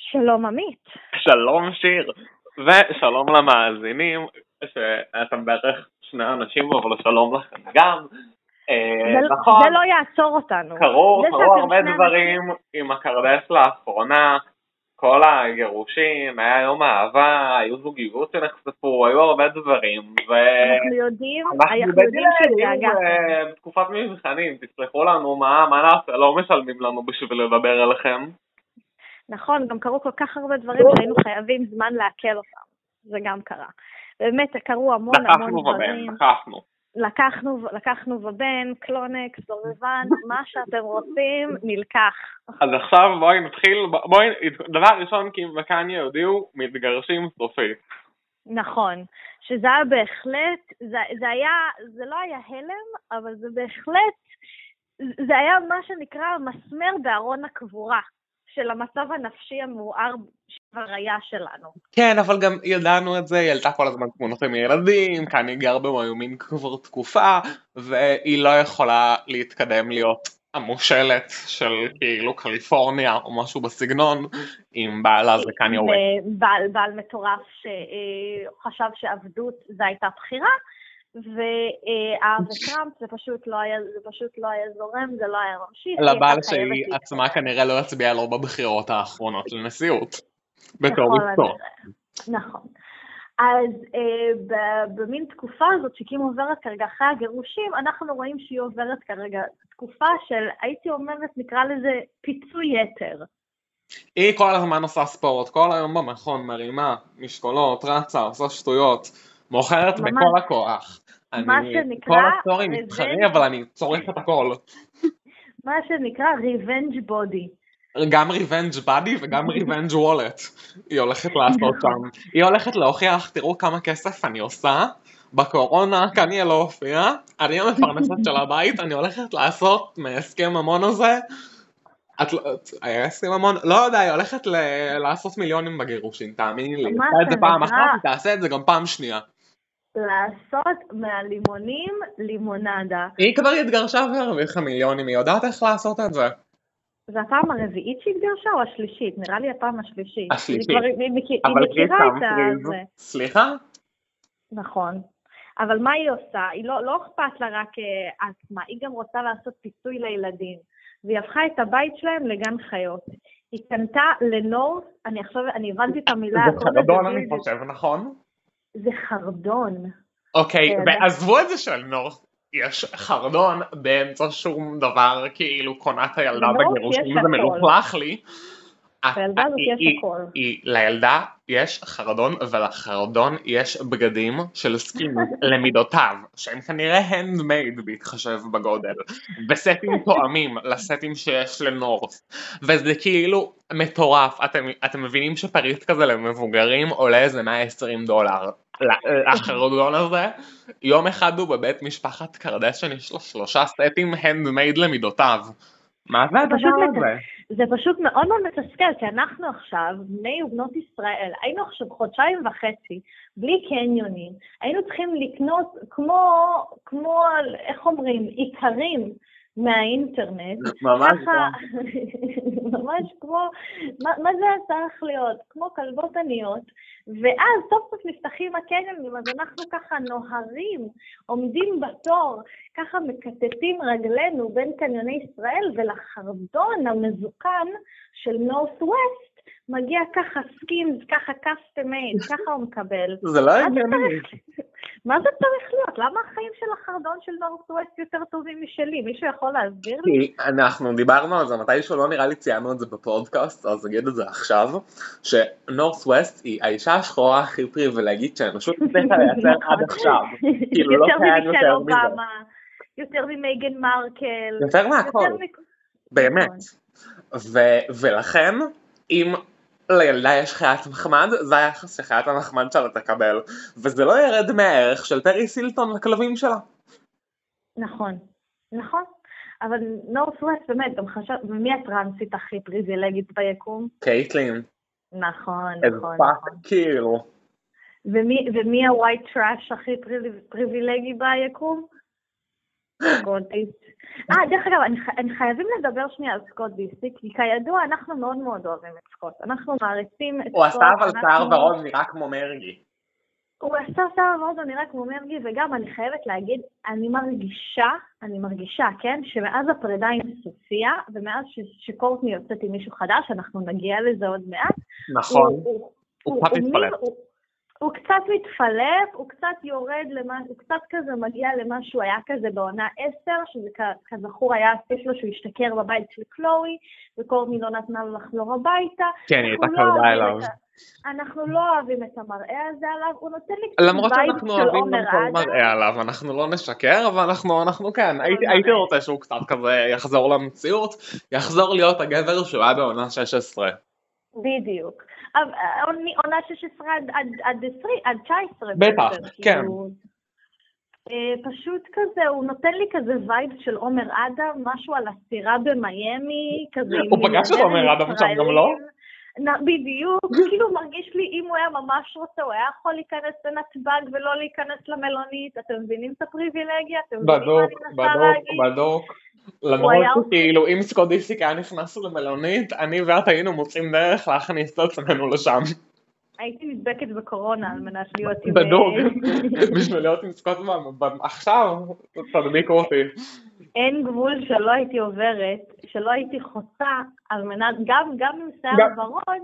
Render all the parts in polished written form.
שלום עמית. שלום שיר, ושלום למאזינים, שאתם בערך שני אנשים, אבל שלום לכם גם. נכון, זה לא יעצור אותנו. קרו הרבה דברים עם הקרדש לאחרונה, כל הגירושים, היה יום אהבה, היו זוגיות שנחשפו, היו הרבה דברים. אנחנו יודעים שדאגה. בתקופת מבחנים, תסלחו לנו מה נעשה, לא משלמים לנו בשביל לדבר אליכם. נכון, גם קרו כל כך הרבה דברים שהיינו חייבים זמן לעכל אותם. זה גם קרה. באמת, קרו המון דברים. לקחנו בבן, קלונקס, דורבן, מה שאתם רוצים, נלקח. אז עכשיו בואי נתחיל, דבר ראשון, כי מקניה יודיעו, מתגרשים סופית. נכון, שזה היה בהחלט, זה לא היה הלם, אבל זה בהחלט, זה היה מה שנקרא מסמר בארון הקבורה. של המצב הנפשי המואר שהראייה שלנו. כן, אבל גם ידענו את זה, היא עלתה כל הזמן תמונות עם ילדים, כאן היא גר במיומין כבר תקופה, והיא לא יכולה להתקדם להיות המושלת של כאילו קליפורניה או משהו בסגנון, עם בעלה זה כאן יווי. בעל מטורף שחשב שעבדות זה הייתה בחירה, וטראמפ זה פשוט לא היה זורם, זה לא היה ממשיך. לבעל שהיא עצמה כנראה לא הצביעה לו בבחירות האחרונות לנשיאות. בתור איתו. נכון. אז במין תקופה הזאת שקים עוברת כרגע אחרי הגירושים, אנחנו רואים שהיא עוברת כרגע תקופה של, הייתי אומרת, נקרא לזה פיצוי יתר. היא כל הזמן עושה ספורט, כל היום במכון מרימה, משקולות, רצה, עושה שטויות. מוכרת בכל הכוח. מה שנקרא... כל הסטורי מתחרי, אבל אני צורך את הכל. מה שנקרא revenge body. גם revenge body וגם revenge wallet. היא הולכת לעשות שם. היא הולכת להוכיח, תראו כמה כסף אני עושה. בקורונה, כאן יהיה לא הופיע. אני המפרנסת של הבית, אני הולכת לעשות מהסכם ממון הזה. היה הסכם ממון? לא יודע, היא הולכת לעשות מיליונים בגירושים, תאמיני לי. היא עושה את זה פעם אחת, היא תעשה את זה גם פעם שנייה. לעשות מהלימונים לימונדה. היא כבר התגרשה והרוויחה מיליונים, היא יודעת איך לעשות את זה. זה הפעם הרביעית שהתגרשה או השלישית? נראה לי הפעם השלישית. השלישית. היא מכירה את זה. סליחה? נכון. אבל מה היא עושה? היא לא אכפת לה רק עצמה, היא גם רוצה לעשות פיצוי לילדים. והיא הפכה את הבית שלהם לגן חיות. היא קנתה לנורס, אני הבנתי את המילה. זה חרדון אני חושב, נכון? זה חרדון. אוקיי, ועזבו את זה של נורס, יש חרדון באמצע שום דבר, כאילו קונת הילדה בגירושים, זה מלוכלך לי. לילדה הזאת יש הכל. לילדה יש חרדון, ולחרדון יש בגדים של סקין למידותיו, שהם כנראה handmade בהתחשב בגודל, וסטים תואמים לסטים שיש לנורס, וזה כאילו מטורף. אתם מבינים שפריט כזה למבוגרים עולה איזה $120. החרדון הזה, יום אחד הוא בבית משפחת קרדשן, יש לו 3 סטים handmade למידותיו. מה זה הדבר הזה? זה פשוט מאוד מאוד מתסכל, כי אנחנו עכשיו, בני ובנות ישראל, היינו עכשיו 1.5 חודשים, בלי קניונים, היינו צריכים לקנות כמו, איך אומרים, עיקרים מהאינטרנט. ממש כמו, מה זה צריך להיות? כמו כלבות עניות, ואז סוף סוף נפתחים הקניונים, אז אנחנו ככה נוהרים, עומדים בתור, ככה מקטטים רגלינו בין קניוני ישראל, ולחרדון המזוקן של נורת' ווסט, מגיע ככה סקינס, ככה קאסטומייד, ככה הוא מקבל. זה לא הגיוני. מה זה צריך להיות? למה החיים של החרדון של נורת' ווסט יותר טובים משלי? מישהו יכול להסביר לי? אנחנו דיברנו על זה, מתישהו לא נראה לי ציינו את זה בפודקאסט, אז אגיד את זה עכשיו, שנורת' ווסט היא האישה השחורה הכי פריבילגית שהאנושות הצליחה לייצר עד עכשיו. יותר ממישל אובמה, יותר ממייגן מרקל. יותר מהכל, באמת. ולכן, אם לילדה יש חיית מחמד, זה היחס שחיית המחמד שלה תקבל, וזה לא ירד מהערך של פריס הילטון לכלבים שלה. נכון, אבל נורת' ווסט באמת, גם חשב, ומי הטרנסית הכי פריבילגית ביקום? קייטלין. נכון. כאילו. ומי הווייט טראש הכי פריבילגי ביקום? סקוטיסט. דרך אגב, אני חייבים לדבר שנייה על סקוט דיסטי, כי כידוע אנחנו מאוד מאוד אוהבים את סקוט. אנחנו מעריצים את סקוט. הוא עשה אבל שיער ורוד נראה כמו מרגי. הוא עשה שיער ורוד נראה כמו מרגי, וגם אני חייבת להגיד, אני מרגישה, כן, שמאז הפרידה עם סופיה, ומאז שקורטני יוצאת עם מישהו חדש, אנחנו נגיע לזה עוד מעט. נכון, הוא קצת מתפלף. הוא קצת מתפלף, הוא קצת יורד, הוא קצת כזה מגיע למה שהוא היה כזה בעונה 10, שזה כזכור היה הסיף לו שהוא השתכר בבית של קלואי, וקורטני לא נתנה לו לחזור הביתה. כן, היא הייתה קרבה אליו. אנחנו לא אוהבים את המראה הזה עליו, הוא נותן לי קצת למרות שאנחנו אוהבים גם כל מראה עליו, אנחנו לא נשקר, אבל אנחנו כן, הייתי רוצה שהוא קצת כזה יחזור למציאות, יחזור להיות הגבר שהוא היה בעונה 16. בדיוק. עונה 16 עד 19. בטח, כן. פשוט כזה, הוא נותן לי כזה וייב של עומר אדם, משהו על הסירה במיימי, כזה. הוא פגש את עומר אדם שם גם לא? בדיוק, כאילו מרגיש לי אם הוא היה ממש רוצה, הוא היה יכול להיכנס לנתב"ג ולא להיכנס למלונית, אתם מבינים את הפריבילגיה? בדוק. למרות שכאילו אם סקוט דיסטי היה נכנס למלונית, אני ואת היינו מוצאים דרך להכניס את עצמנו לשם. הייתי נדבקת בקורונה על מנת להיות עם... בדוק, בשביל להיות עם סקוט עכשיו, תדביקו אותי. אין גבול שלא הייתי עוברת, שלא הייתי חוצה, על מנת, גם עם שיער ורוד,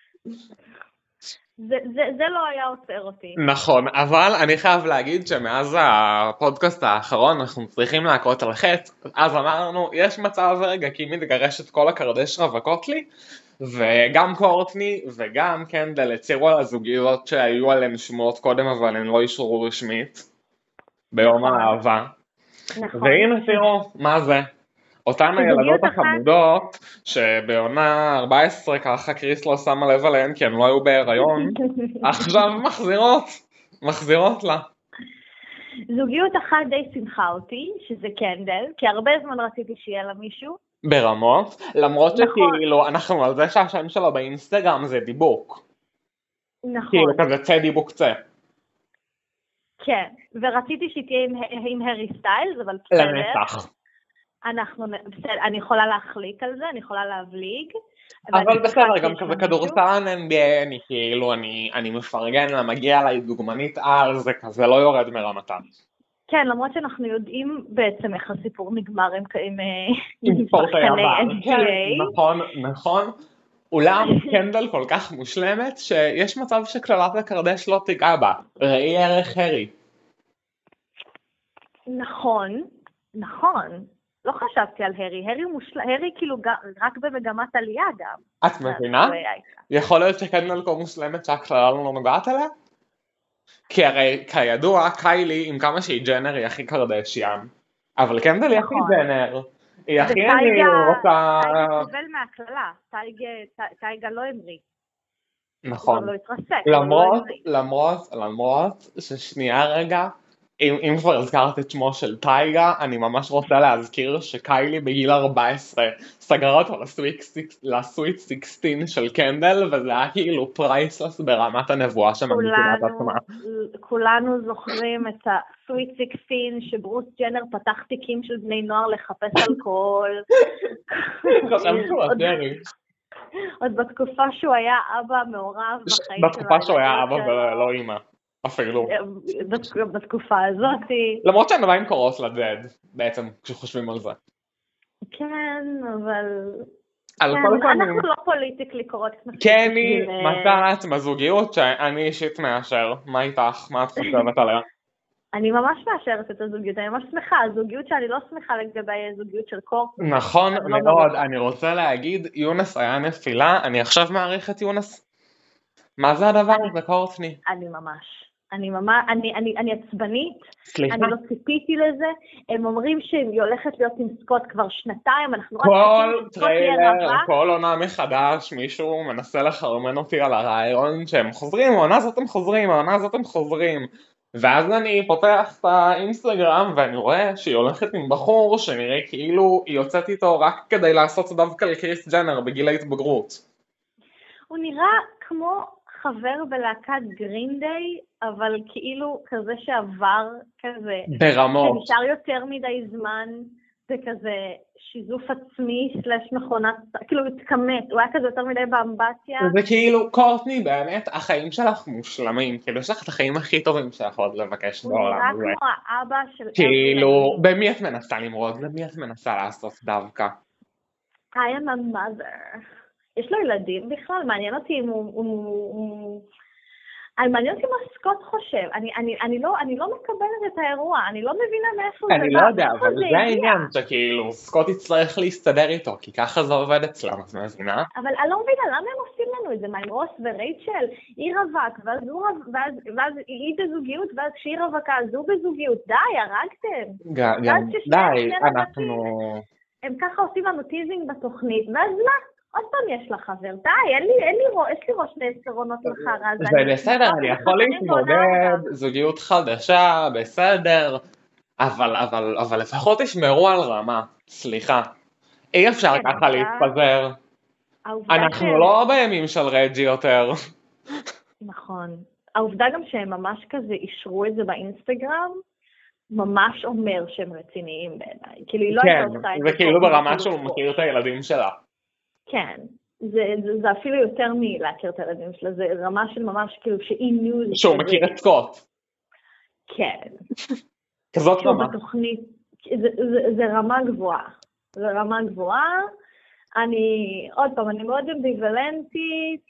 זה לא היה עוצר אותי. נכון, אבל אני חייב להגיד שמאז הפודקאסט האחרון אנחנו צריכים להכות על חטא, אז אמרנו, יש מצב רגע כי מתגרש את כל הקרדש רווקות לי, וגם קורטני וגם קנדל הצהירו על הזוגיות שהיו עליהן שמועות קודם, אבל הן לא אישרו רשמית, ביום האהבה. והנה תראו, מה זה? אותן הילדות החמודות שבעונה 14 ככה קריס לא שמה לב עליהן כי הן לא היו בהיריון, עכשיו מחזירות לה. זוגיות אחת די שמחה אותי, שזה קנדל, כי הרבה זמן רציתי שיהיה לה מישהו. ברמות, למרות שכאילו אנחנו על זה שהשם שלו באינסטגרם זה דיבוק. נכון. כאילו כזה צא דיבוק צא. כן, ורציתי שהיא תהיה עם הרי סטיילס, אבל בסדר. לנצח. אני יכולה להחליק על זה, אני יכולה להבליג. אבל בסדר, גם כזה כדורסן NBA, אני כאילו, אני מפרגן לה, מגיע לה דוגמנית על, זה כזה לא יורד מרמתה. כן, למרות שאנחנו יודעים בעצם איך הסיפור נגמר עם ספורטאי עבר. נכון. אולם קנדל כל כך מושלמת, שיש מצב שכללת הקרדש לא תיגע בה. ראי ערך הרי. נכון. לא חשבתי על הרי הרי כאילו רק במגמת עלייה גם. את מבינה? יכול להיות שקנדל כה מושלמת שהכללה לא נוגעת עליה? כי הרי כידוע קיילי עם כמה שהיא ג'נר היא הכי קרדשיאן, אבל קנדל היא הכי ג'נר. היא הכי אני רוצה... טייגה סובל מהכללה, טייגה לא אמרי. נכון. למרות ששנייה רגע, אם כבר הזכרת את שמו של טייגה, אני ממש רוצה להזכיר שקיילי בגיל 14 סגרה אותו לסוויט 16 של קנדל, וזה היה כאילו פרייסלס ברמת הנבואה שממתינת עצמה. כולנו זוכרים את הסוויט 16 שברוס ג'נר פתח תיקים של בני נוער לחפש אלכוהול. עוד בתקופה שהוא היה אבא מעורב בחיים שלו. בתקופה שהוא היה אבא ולא אמא. אפילו. בתקופה הזאת. למרות שהן עדיין קורות לדד, בעצם, כשחושבים על זה. כן, אבל... אנחנו לא פוליטיקלי קורות. כן, מתת, מהזוגיות שאני אישית מאשר. מה איתך? מה את חושבת עליה? אני ממש מאשרת את הזוגיות, אני ממש שמחה. הזוגיות שאני לא שמחה לגבי הזוגיות של קורטני. נכון מאוד, אני רוצה להגיד, יונס היה נפילה, אני עכשיו מעריך את יונס. מה זה הדבר הזה, קורטני? אני עצבנית, אני לא ציפיתי לזה, הם אומרים שהיא הולכת להיות עם סקוט כבר שנתיים, כל טריילר, כל עונה מחדש, מישהו מנסה לחרמן אותי על הרעיון שהם חוזרים, העונה הזאת הם חוזרים, ואז אני פותח את האינסטגרם ואני רואה שהיא הולכת עם בחור שנראה כאילו היא יוצאת איתו רק כדי לעשות דווקא לקריס ג'נר בגיל ההתבגרות. הוא נראה כמו חבר בלהקת גרינדיי, אבל כאילו כזה שעבר כזה, ברמות. שנשאר יותר מדי זמן, זה כזה שיזוף עצמי סלש מכונת, כאילו התכמת, הוא היה כזה יותר מדי באמבטיה. זה כאילו, קורטני, באמת, החיים שלך מושלמים, כאילו יש לך את החיים הכי טובים שלך עוד לבקש הוא בעולם נראה הזה. כמו האבא של כאילו, במי את מנסה למרוד? למי את מנסה לעשות דווקא? I am a mother. יש לו ילדים בכלל? מעניין אותי אם הוא... מעניין אותי מה סקוט חושב. אני לא מקבלת את האירוע, אני לא מבינה מאיפה זה בא. אני לא יודע, אבל זה העניין שכאילו סקוט יצטרך להסתדר איתו, כי ככה זה עובד אצלם, את מבינה? אבל אני לא מבינה, למה הם עושים לנו את זה? מה עם רוס ורייצ'ל? היא רווק, ואז היא בזוגיות, ואז כשהיא רווקה, אז הוא בזוגיות. די, הרגתם. די, אנחנו... הם ככה עושים לנו טיזינג בתוכנית, ואז מה? עוד פעם יש לך חבר, די, יש לי ראש נעשרונות לחרה. זה בסדר, אני יכול להתמודד, זוגיות חדשה, בסדר, אבל לפחות תשמרו על רמה, סליחה. אי אפשר ככה להתפזר. אנחנו לא בימים של רג'י יותר. נכון. העובדה גם שהם ממש כזה אישרו את זה באינסטגרם, ממש אומר שהם רציניים בעיניי. כאילו היא לא הייתה עושה את זה. זה כאילו ברמה שהוא מכיר את הילדים שלה. כן. זה אפילו יותר מלהכיר את הילדים שלה, זה רמה של ממש כאילו שהיא ניוז. שהוא מכיר את סקוט. כן. כזאת רמה. בתוכנית, זה רמה גבוהה. זה רמה גבוהה. עוד פעם, אני מאוד אמביוולנטית.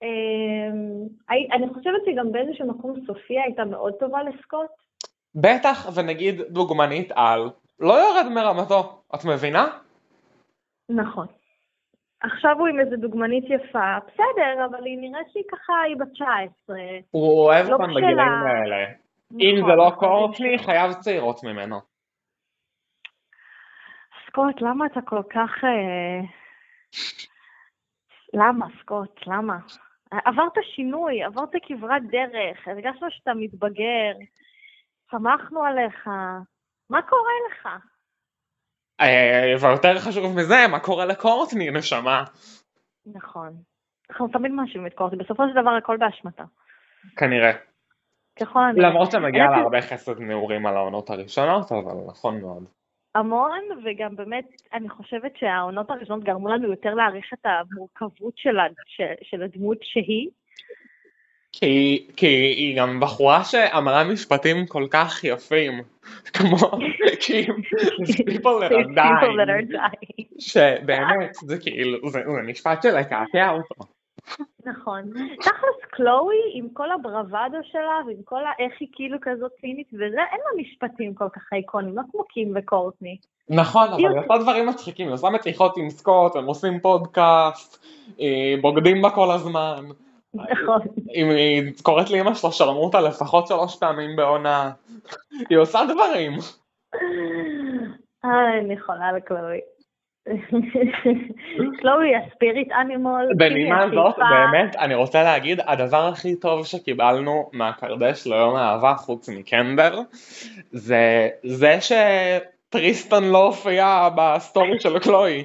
אני חושבת שגם באיזשהו מקום סופיה הייתה מאוד טובה לסקוט. בטח, ונגיד דוגמנית על, לא יורד מרמתו, את מבינה? נכון. עכשיו הוא עם איזה דוגמנית יפה, בסדר, אבל היא נראית שהיא ככה, היא בת 19. הוא אוהב אותם בגילאים האלה. אם זה לא קורטני, חייב צעירות ממנו. סקוט, למה אתה כל כך... למה, סקוט? למה? עברת שינוי, עברת כברת דרך, הרגשנו שאתה מתבגר, שמחנו עליך, מה קורה לך? ויותר חשוב מזה, מה קורה לקורטני, נשמה? נכון. אנחנו תמיד מאשימים את קורטני, בסופו של דבר הכל באשמתה. כנראה. ככל הנראה. למרות שמגיע לה הרבה חסד נעורים על העונות הראשונות, אבל נכון מאוד. המון, וגם באמת, אני חושבת שהעונות הראשונות גרמו לנו יותר להעריך את המורכבות של הדמות שהיא. כי היא גם בחורה שאמרה משפטים כל כך יפים, כמו, people that are dying, שבאמת, זה כאילו, זה משפט של לקעקע אותו. נכון. תכלס קלואי, עם כל הברוואדו שלה, ועם כל איך היא כאילו כזאת צינית, וזה, אין לה משפטים כל כך אייקונים, לא כמו קים וקורטני. נכון, אבל היא עושה דברים מצחיקים, היא עושה מתיחות עם סקוט, הם עושים פודקאסט, בוגדים בה כל הזמן. נכון. היא קוראת לאמא שלה שרמוטה לפחות 3 פעמים בעונה. היא עושה דברים. אני חולה לקלואי. קלואי הספיריט אנימול. בנימה זאת, באמת, אני רוצה להגיד, הדבר הכי טוב שקיבלנו מהקרדש ליום האהבה, חוץ מקנדר, זה שטריסטן לא הופיע בסטורי של קלואי.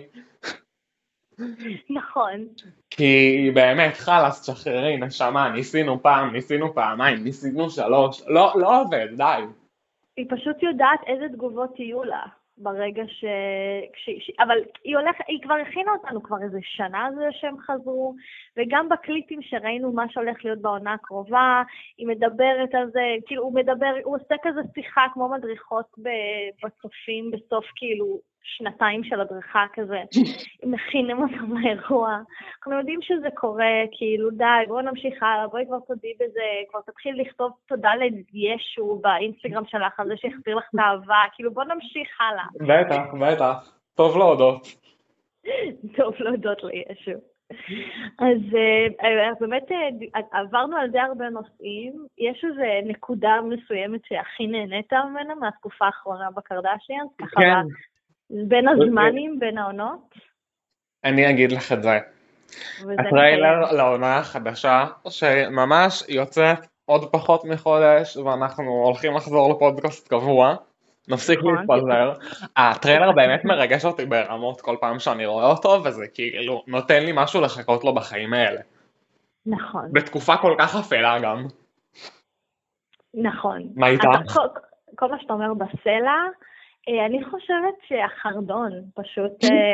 נכון. כי באמת, חלאס, שחררי, נשמה, ניסינו פעם, ניסינו פעמיים, ניסינו 3, לא עובד, די. היא פשוט יודעת איזה תגובות יהיו לה ברגע אבל היא כבר הכינה אותנו כבר איזה שנה זה שהם חזרו, וגם בקליפים שראינו מה שהולך להיות בעונה הקרובה, היא מדברת על זה, כאילו הוא עושה כזה שיחה כמו מדריכות בצופים בסוף כאילו 2 של הדרכה כזה, מכינים אותם לאירוע, אנחנו יודעים שזה קורה, כאילו די, בואו נמשיך הלאה, בואי כבר תודי בזה, כבר תתחיל לכתוב תודה לישו באינסטגרם שלך, על זה שהחזיר לך את האהבה, כאילו בואו נמשיך הלאה. בטח, טוב להודות. טוב להודות לישו. אז באמת עברנו על די הרבה נושאים, יש איזו נקודה מסוימת שהכי נהנית ממנה מהתקופה האחרונה בקרדשיאנס, ככה בין הזמנים, בין העונות? אני אגיד לך את זה. הטריילר לעונה החדשה, שממש יוצאת עוד פחות מחודש, ואנחנו הולכים לחזור לפודקאסט קבוע, נפסיק להתפזר. הטריילר באמת מרגש אותי ברמות כל פעם שאני רואה אותו, וזה כאילו נותן לי משהו לחכות לו בחיים האלה. נכון, בתקופה כל כך אפלה גם. נכון. מה איתך? כל מה שאתה אומר בסלע, אני חושבת שהחרדון פשוט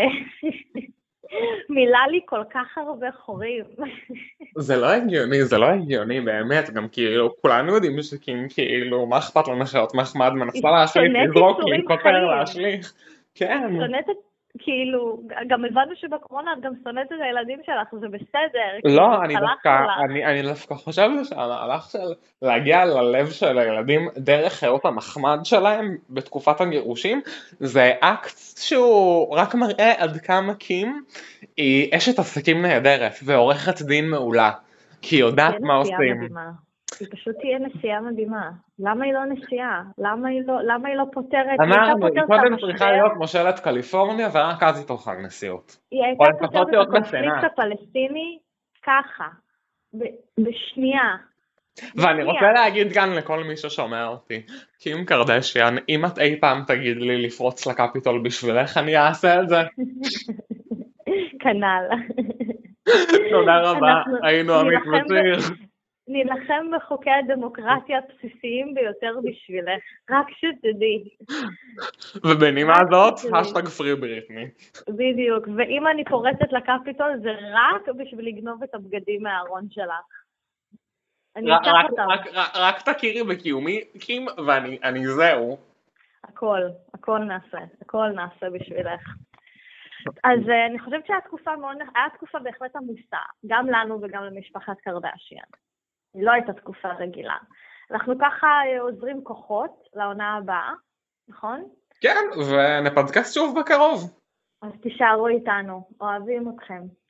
מילא לי כל כך הרבה חורים. זה לא הגיוני באמת, גם כאילו, כולנו יודעים שכאילו, מה אכפת לנו לחיות מחמד, מנסה להשליך, שונאת לזרוק, יצורים להתפטר, חיים. להשליך. כן. שונאת את, כאילו, גם הבנו שבקורונה את גם שונאת את הילדים שלך, זה בסדר. לא, כאילו, אני דווקא חושב שהמהלך של להגיע ללב של הילדים דרך חיות המחמד שלהם בתקופת הגירושים, זה אקט שהוא רק מראה עד כמה קים היא אשת עסקים נהדרת ועורכת דין מעולה, כי היא יודעת מה עושים. מדהימה. היא פשוט תהיה נשיאה מדהימה. למה היא לא נשיאה? למה היא לא פותרת? אמרנו, היא קודם צריכה להיות מושלת קליפורניה ורק אז היא תוכל נשיאות. היא הייתה פותרת את הקונפליקט הפלסטיני ככה, בשנייה. ואני רוצה להגיד כאן לכל מי ששומע אותי, קים קרדשיאן, אם את אי פעם תגיד לי לפרוץ לקפיטול בשבילך, אני אעשה את זה. כנ"ל. תודה רבה, היינו עמית ושיר. נלחם בחוקי הדמוקרטיה הבסיסיים ביותר בשבילך, רק שתדעי. ובנימה הזאת, השטג פרי בריטני. בדיוק, ואם אני פורצת לקפיטול זה רק בשביל לגנוב את הבגדים מהארון שלך. רק תכירי בקיומי, קים, ואני זהו. הכל נעשה בשבילך. אז אני חושבת שהיה תקופה בהחלט עמוסה, גם לנו וגם למשפחת קרדשיאן. היא לא הייתה תקופה רגילה. אנחנו ככה עוזרים כוחות לעונה הבאה, נכון? כן, ונפודקאסט שוב בקרוב. אז תישארו איתנו, אוהבים אתכם.